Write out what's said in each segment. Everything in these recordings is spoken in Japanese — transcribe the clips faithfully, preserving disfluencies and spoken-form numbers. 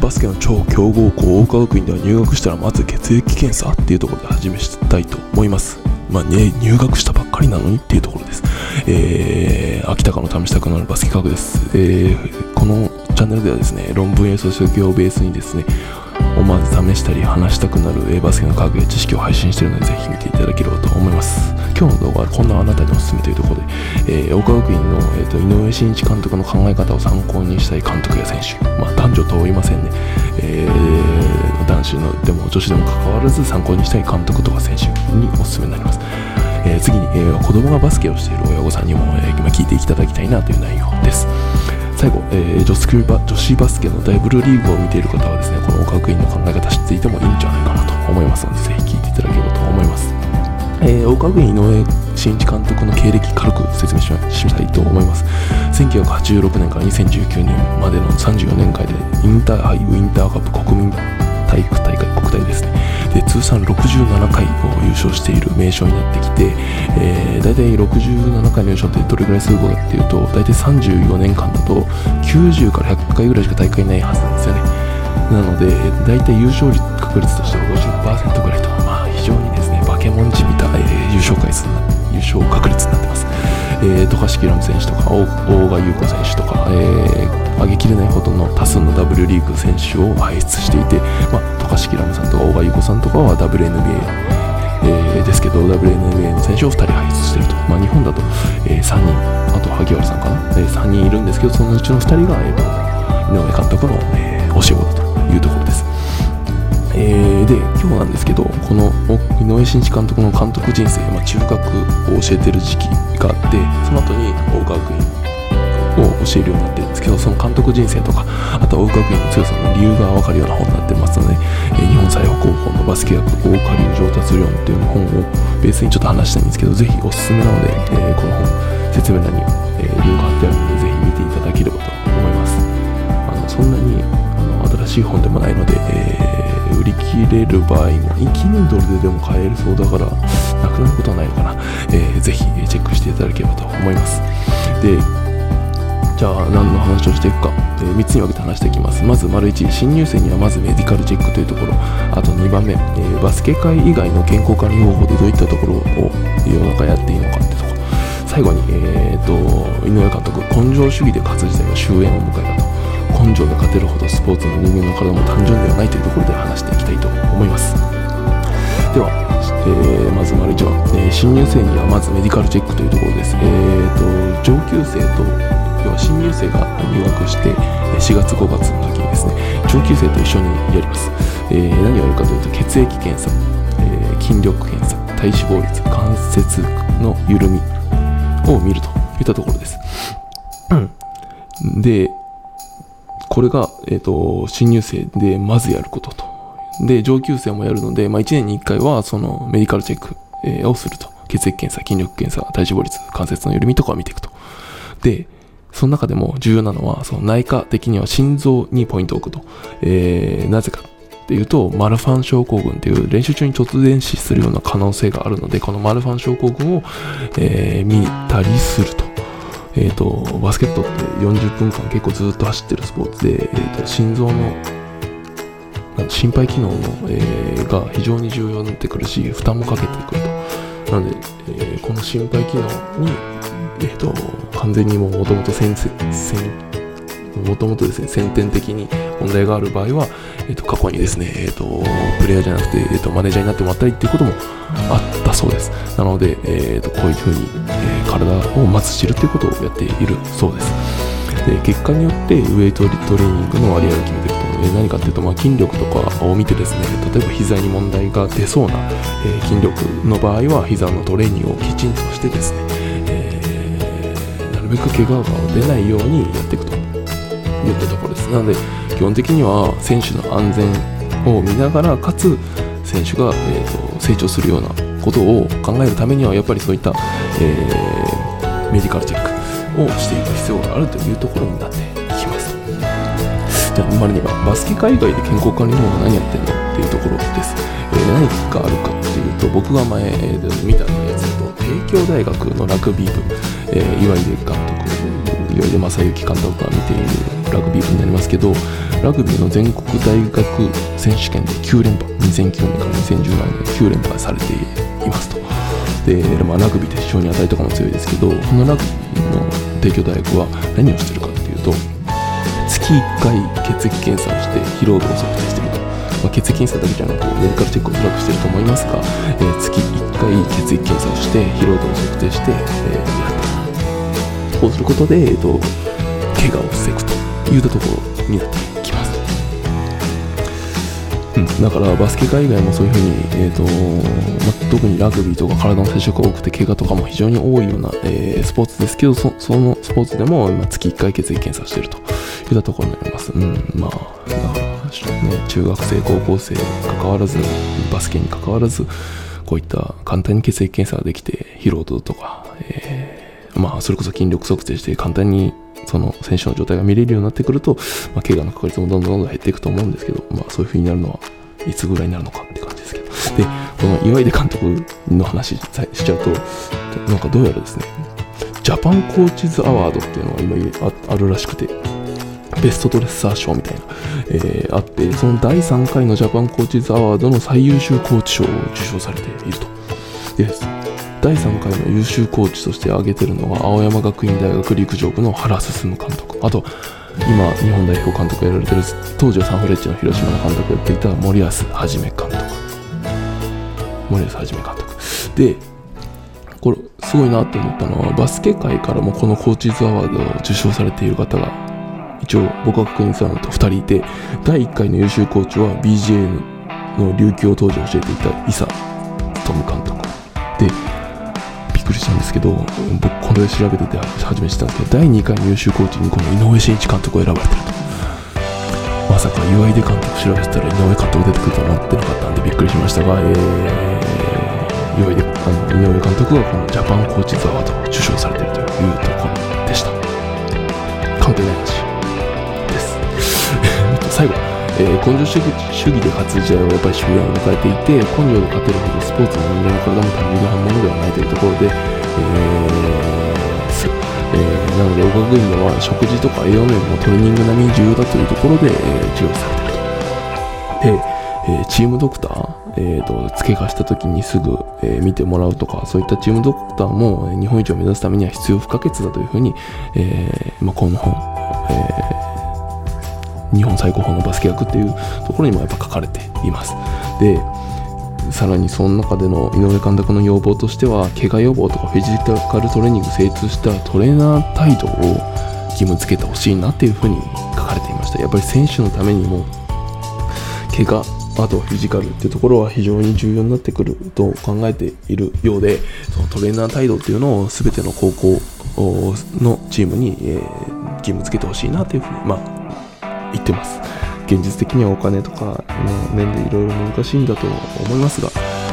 バスケの超強豪校桜花学院では入学したらまず血液検査っていうところで始めしたいと思います。まあね、入学したばっかりなのにっていうところです。えー、秋高の試したくなるバスケ科学です。えー、このチャンネルではですね、論文や卒業をベースにですね、思わず試したり話したくなるバスケの科学や知識を配信しているので、ぜひ見ていただければと思います。今日の動画はこんなあなたにおすすめというところで、えー、桜花学院の、えー、と井上真一監督の考え方を参考にしたい監督や選手、まあ男女問いませんね、えー、男子のでも女子でも関わらず参考にしたい監督とか選手におすすめになります。えー、次に、えー、子供がバスケをしている親御さんにも、えー、今聞いていただきたいなという内容です。最後、えー、女子バ、女子バスケのダブルリーグを見ている方はですね、この桜花学院の考え方知っていてもいいんじゃないかなと思いますので、ぜひ聞いていただければと思います。えー、桜花学院井上真一監督の経歴軽く説明ししたいと思います。せんきゅうひゃくはちじゅうろくねんからにせんじゅうきゅうねんまでのさんじゅうよねんかんでインターハイ、ウィンターカップ、国民体育大会、国体ですね。で、通算ろくじゅうななかいを優勝している名将になってきて、えー、大体ろくじゅうななかいの優勝ってどれぐらいするかっていうと、大体さんじゅうよねんかんだときゅうじゅうからひゃっかいぐらいしか大会ないはずなんですよね。なので、大体優勝率確率としては ごじゅっパーセント ぐらいと、まあ非常にですね、化け物じみた、えー、優勝回数な、優勝確率になってます。えー、渡嘉敷来夢選手とか大賀優子選手とか、えー、上げきれないほどの多数の W リーグ選手を輩出していて、まあ、渡嘉敷来夢さんとか大賀優子さんとかは ダブリューエヌビーエー、えー、ですけど ダブリューエヌビーエー の選手をふたり輩出していると。まあ、日本だと、えー、さんにん、あと萩原さんかな、えー、さんにんいるんですけど、そのうちのふたりが、えー、井上監督の、えー、教え子だというところです。えー、で今日なんですけど、この井上真一監督の監督人生、まあ、中学を教えてる時期があって、その後に桜花学院を教えるようになってるんですけど、その監督人生とか、あとは桜花学院の強さの理由が分かるような本になってますので、えー、日本最北高校のバスケ学桜花流上達論っていう本をベースにちょっと話したいんですけど、ぜひおすすめなので、えー、この本説明欄に、えー、リンク貼ってあるので、ぜひ見ていただければと思います。あのそんなにあの新しい本でもないので、えー売り切れる場合も Kindle ででも買えるそうだからなくなることはないのかな、えー、ぜひチェックしていただければと思います。で、じゃあ何の話をしていくか、えー、みっつに分けて話していきます。まず丸いち、新入生にはまずメディカルチェックというところ、あとにばんめ、えー、バスケ界以外の健康管理方法でどういったところを世の中やっていいのかってところ、最後に、えー、と井上監督、根性主義で勝つ時代は終焉を迎えたと。根性で勝てるほどスポーツの人間の体も単純ではないというところで話していきたいと思います。では、えー、まず丸いちばん、えー、新入生にはまずメディカルチェックというところです。えー、と上級生と要は新入生が入学してしがつごがつの時にですね、上級生と一緒にやります。えー、何をやるかというと、血液検査、えー、筋力検査、体脂肪率、関節の緩みを見るといったところです。でこれが、えーと、新入生でまずやることと。で、上級生もやるので、まあ、いちねんにいっかいはそのメディカルチェック、えー、をすると。血液検査、筋力検査、体脂肪率、関節の緩みとかを見ていくと。で、その中でも重要なのは、その内科的には心臓にポイントを置くと。えー、なぜかっていうと、マルファン症候群っていう練習中に突然死するような可能性があるので、このマルファン症候群を、えー、見たりすると。えーと、バスケットってよんじゅっぷんかん結構ずっと走ってるスポーツで、えーと、心臓の心肺機能の、えー、が非常に重要になってくるし、負担もかけてくると。なので、えー、この心肺機能に、えーと、完全にもともと先生もともとですね、先天的に問題がある場合は、えー、と過去にですね、えー、とプレイヤーじゃなくて、えー、とマネージャーになってもらったりっていうこともあったそうです。なので、えー、とこういうふうに、えー、体をまず知るということをやっているそうです。で、結果によってウェイトトレーニングの割合を決めていくと、えー、何かっていうと、まあ、筋力とかを見てですね、例えば膝に問題が出そうな、えー、筋力の場合は膝のトレーニングをきちんとしてですね、えー、なるべく怪我が出ないようにやっていくといったところです。なので基本的には選手の安全を見ながら、かつ選手が、えー、と成長するようなことを考えるためには、やっぱりそういった、えー、メディカルチェックをしていく必要があるというところになっていきます。じゃあ丸にばん、バスケ界以外で健康管理方法何やってんのっていうところです。えー、何があるかっていうと、僕が前で見たやつだと、帝京大学のラグビー部、えー、岩出監督岩出正幸監督が見ているラグビー部になりますけど、 ラグビーの全国大学選手権できゅうれんぱにせんきゅうねんからにせんじゅうななねんきゅうれんぱされていますと。で、まあ、ラグビーって非常に値とかも強いですけど、このラグビーの帝京大学は何をしてるかっていうと、月いっかい血液検査をして疲労度を測定していると。まあ、血液検査だけじゃなくメディカルチェックをおそらくしていると思いますが、えー、月いっかい血液検査をして疲労度を測定して、えー、やっている。こうすることで、えーと、怪我を防ぐといったところになってきます。うん、だからバスケ界以外もそういうふうに、えーとまあ、特にラグビーとか体の接触が多くて怪我とかも非常に多いような、えー、スポーツですけど、そ, そのスポーツでも、まあ、月いっかい血液検査をしているといったところになります。うん、まあだからね、中学生高校生関わらずバスケに関わらずこういった簡単に血液検査ができて疲労度とか、えー、まあそれこそ筋力測定して簡単にその選手の状態が見れるようになってくると、まあ、怪我の確率もどんどんどんどん減っていくと思うんですけど、まあそういう風になるのはいつぐらいになるのかって感じですけど、でこの岩出監督の話しちゃうと、なんかどうやらですね、ジャパンコーチズアワードっていうのが今 あ, あるらしくて、ベストドレッサー賞みたいな、えー、あって、そのだいさんかいのジャパンコーチズアワードの最優秀コーチ賞を受賞されていると。でだいさんかいの優秀コーチとして挙げてるのが青山学院大学陸上部の原進監督、あと今日本代表監督をやられてる、当時はサンフレッチェの広島の監督をやっていた森保一監督森保一監督で、これすごいなって思ったのは、バスケ界からもこのコーチズアワードを受賞されている方が一応僕が確認するのとふたりいて、だいいっかいの優秀コーチは ビージェー の琉球を当時教えていた伊佐勉監督で、びっくりしたんですけど、僕これ調べてて初めて知ったんですけど、だいにかいの優秀コーチにこの井上真一監督が選ばれてると。まさか岩出監督調べてたら井上監督出てくると思ってなかったんでびっくりしましたが、えー、岩出あの井上監督がこのジャパンコーチズアワードを受賞されているというところでした。関係ない話です。最後、えー、根性主義、主義で勝つ時代はやっぱり終焉を迎えていて、根性で勝てるほどスポーツも人間の体も単純なものではないというところで、えーすえー、なので大学院では食事とか栄養面もトレーニング並みに重要だというところで、えー、授与されていると。で、えー、チームドクター、えーと、付け貸した時にすぐ、えー、見てもらうとか、そういったチームドクターも、えー、日本一を目指すためには必要不可欠だというふうに、えーまあ、この本、えー日本最高峰のバスケ学っていうところにもやっぱ書かれています。で、さらにその中での井上監督の要望としては、怪我予防とかフィジカルトレーニング精通したトレーナー態度を義務付けてほしいなっていうふうに書かれていました。やっぱり選手のためにも怪我、あとフィジカルっていうところは非常に重要になってくると考えているようで、そのトレーナー態度っていうのを全ての高校のチームに、えー、義務付けてほしいなっていうふうに、まあ言ってます。現実的にはお金とかの面でいろいろ難しいんだと思いますが、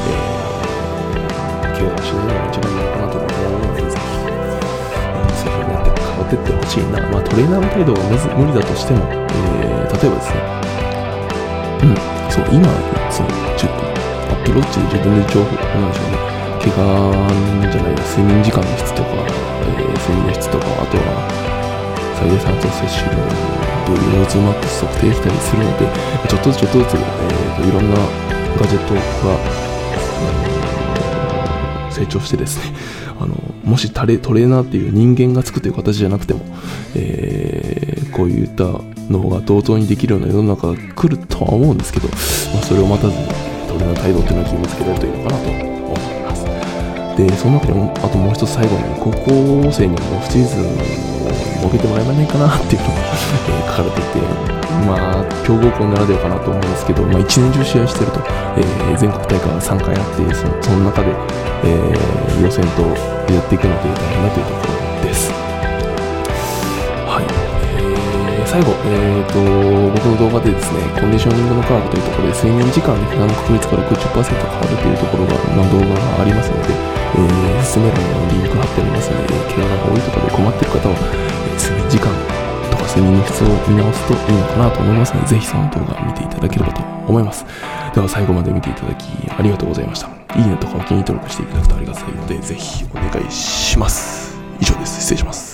えー、怪我をしないのが一番なのかなと思うので、ぜひそういうふうになって変わっていってほしいな。まあトレーナーの態度が無理だとしても、えー、例えばですね、うん、そう今そうアプローチで自分で情報なんでしょうね、怪我じゃない睡眠時間の質とか、えー、睡眠の質とか、あとは最大酸素摂取のブイオーツーマックス測定したりするので、ちょっとずつちょっとずつ、えー、といろんなガジェットが、うん、成長してですね、あのもしトレーナーっていう人間がつくという形じゃなくても、えー、こういったのが同等にできるような世の中が来るとは思うんですけど、まあ、それを待たずにトレーナー態度っていうのを義務付けられるといいのかなと思います。で、その中でもあともう一つ最後に、高校生にもオフシーズンを設けてもらえないかなっていうのが、えー、書かれていて、まあ強豪校ならではかなと思うんですけど、まあ、一年中試合してると、えー、全国大会がさんかいあって、その、その中で、えー、予選とやっていくので大変だというところです。はい、えー、最後、えー、と僕の動画でですね、コンディショニングのカーブというところで睡眠時間で怪我の確率が ろくじゅっパーセント 変わるというところがの動画がありますので、えー、説明欄にリンク貼ってありますので、怪我が多いとかで困っている方は、えー、睡眠時間とか睡眠の質を見直すといいのかなと思いますので、ぜひその動画を見ていただければと思います。では最後まで見ていただきありがとうございました。いいねとかお気に入り登録していただくとありがたいので、ぜひお願いします。以上です。失礼します。